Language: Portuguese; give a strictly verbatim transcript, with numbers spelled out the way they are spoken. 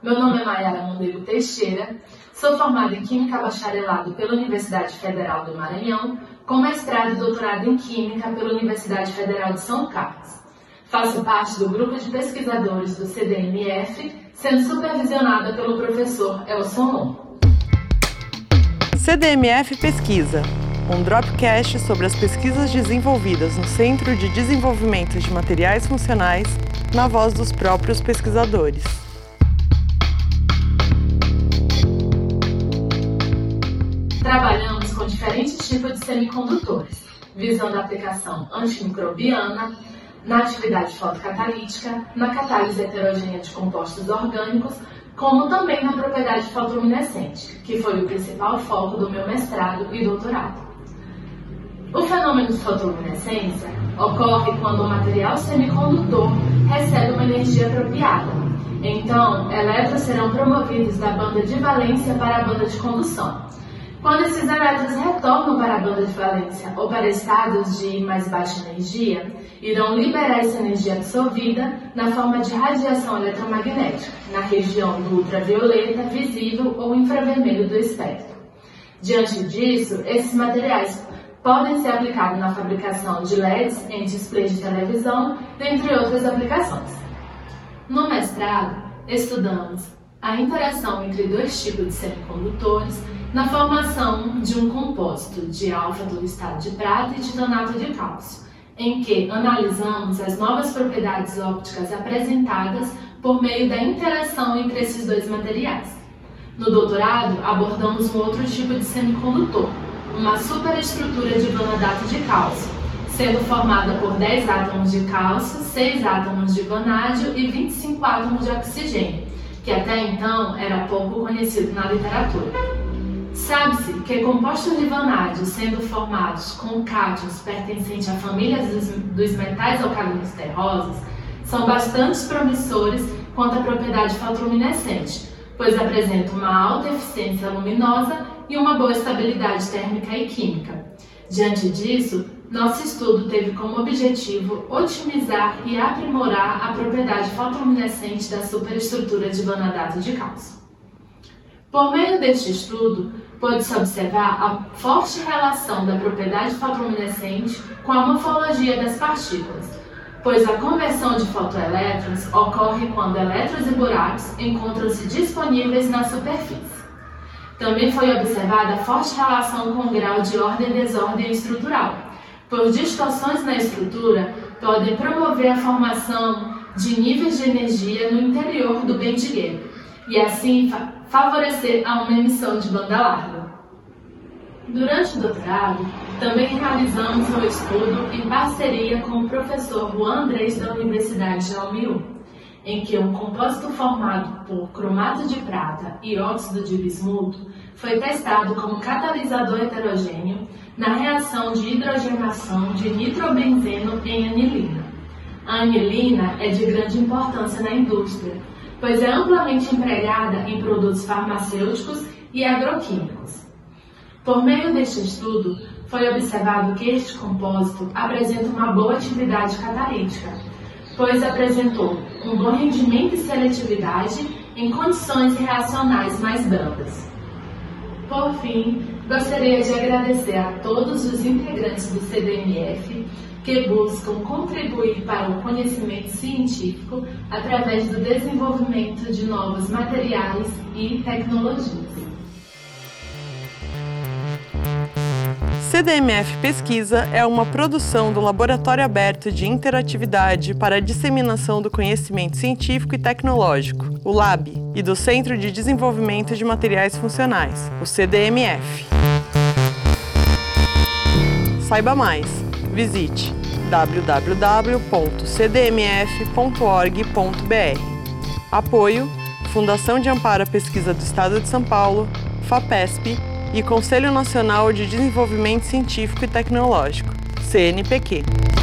Meu nome é Maiara Mondego Teixeira, sou formada em Química Bacharelado pela Universidade Federal do Maranhão, com mestrado e doutorado em Química pela Universidade Federal de São Carlos. Faço parte do grupo de pesquisadores do C D M F, sendo supervisionada pelo professor Elson Longo. C D M F Pesquisa, um dropcast sobre as pesquisas desenvolvidas no Centro de Desenvolvimento de Materiais Funcionais, na voz dos próprios pesquisadores. Trabalhamos com diferentes tipos de semicondutores, visando a aplicação antimicrobiana, na atividade fotocatalítica, na catálise heterogênea de compostos orgânicos, como também na propriedade fotoluminescente, que foi o principal foco do meu mestrado e doutorado. O fenômeno de fotoluminescência ocorre quando o material semicondutor recebe uma energia apropriada. Então, elétrons serão promovidos da banda de valência para a banda de condução. Quando esses elétrons retornam para a banda de valência ou para estados de mais baixa energia, irão liberar essa energia absorvida na forma de radiação eletromagnética, na região do ultravioleta, visível ou infravermelho do espectro. Diante disso, esses materiais podem ser aplicados na fabricação de L E Ds em displays de televisão, dentre outras aplicações. No mestrado, estudamos a interação entre dois tipos de semicondutores na formação de um compósito de alfa do estado de prata e titanato de cálcio, em que analisamos as novas propriedades ópticas apresentadas por meio da interação entre esses dois materiais. No doutorado, abordamos um outro tipo de semicondutor, uma superestrutura de vanadato de cálcio, sendo formada por dez átomos de cálcio, seis átomos de vanádio e vinte e cinco átomos de oxigênio, que até então era pouco conhecido na literatura. Sabe-se que compostos de vanádio sendo formados com cátions pertencentes à família dos, dos metais alcalinos terrosos são bastante promissores quanto à propriedade fotoluminescente, pois apresentam uma alta eficiência luminosa e uma boa estabilidade térmica e química. Diante disso, nosso estudo teve como objetivo otimizar e aprimorar a propriedade fotoluminescente da superestrutura de vanadato de cálcio. Por meio deste estudo, pôde-se observar a forte relação da propriedade fotoluminescente com a morfologia das partículas, pois a conversão de fotoelétrons ocorre quando elétrons e buracos encontram-se disponíveis na superfície. Também foi observada a forte relação com o grau de ordem e desordem estrutural, pois distorções na estrutura podem promover a formação de níveis de energia no interior do bendigueiro e assim fa favorecer a uma emissão de banda larga. Durante o doutorado, também realizamos um estudo em parceria com o professor Juan Andrés da Universidade de Almiú, em que um compósito formado por cromato de prata e óxido de bismuto foi testado como catalisador heterogêneo na reação de hidrogenação de nitrobenzeno em anilina. A anilina é de grande importância na indústria, pois é amplamente empregada em produtos farmacêuticos e agroquímicos. Por meio deste estudo, foi observado que este compósito apresenta uma boa atividade catalítica, pois apresentou um bom rendimento e seletividade em condições reacionais mais brandas. Por fim, gostaria de agradecer a todos os integrantes do C D M F que buscam contribuir para o conhecimento científico através do desenvolvimento de novos materiais e tecnologias. C D M F Pesquisa é uma produção do Laboratório Aberto de Interatividade para a Disseminação do Conhecimento Científico e Tecnológico, o LAB, e do Centro de Desenvolvimento de Materiais Funcionais, o C D M F. Saiba mais, visite w w w ponto c d m f ponto org ponto b r. Apoio: Fundação de Amparo à Pesquisa do Estado de São Paulo, FAPESP e Conselho Nacional de Desenvolvimento Científico e Tecnológico, C N Pq.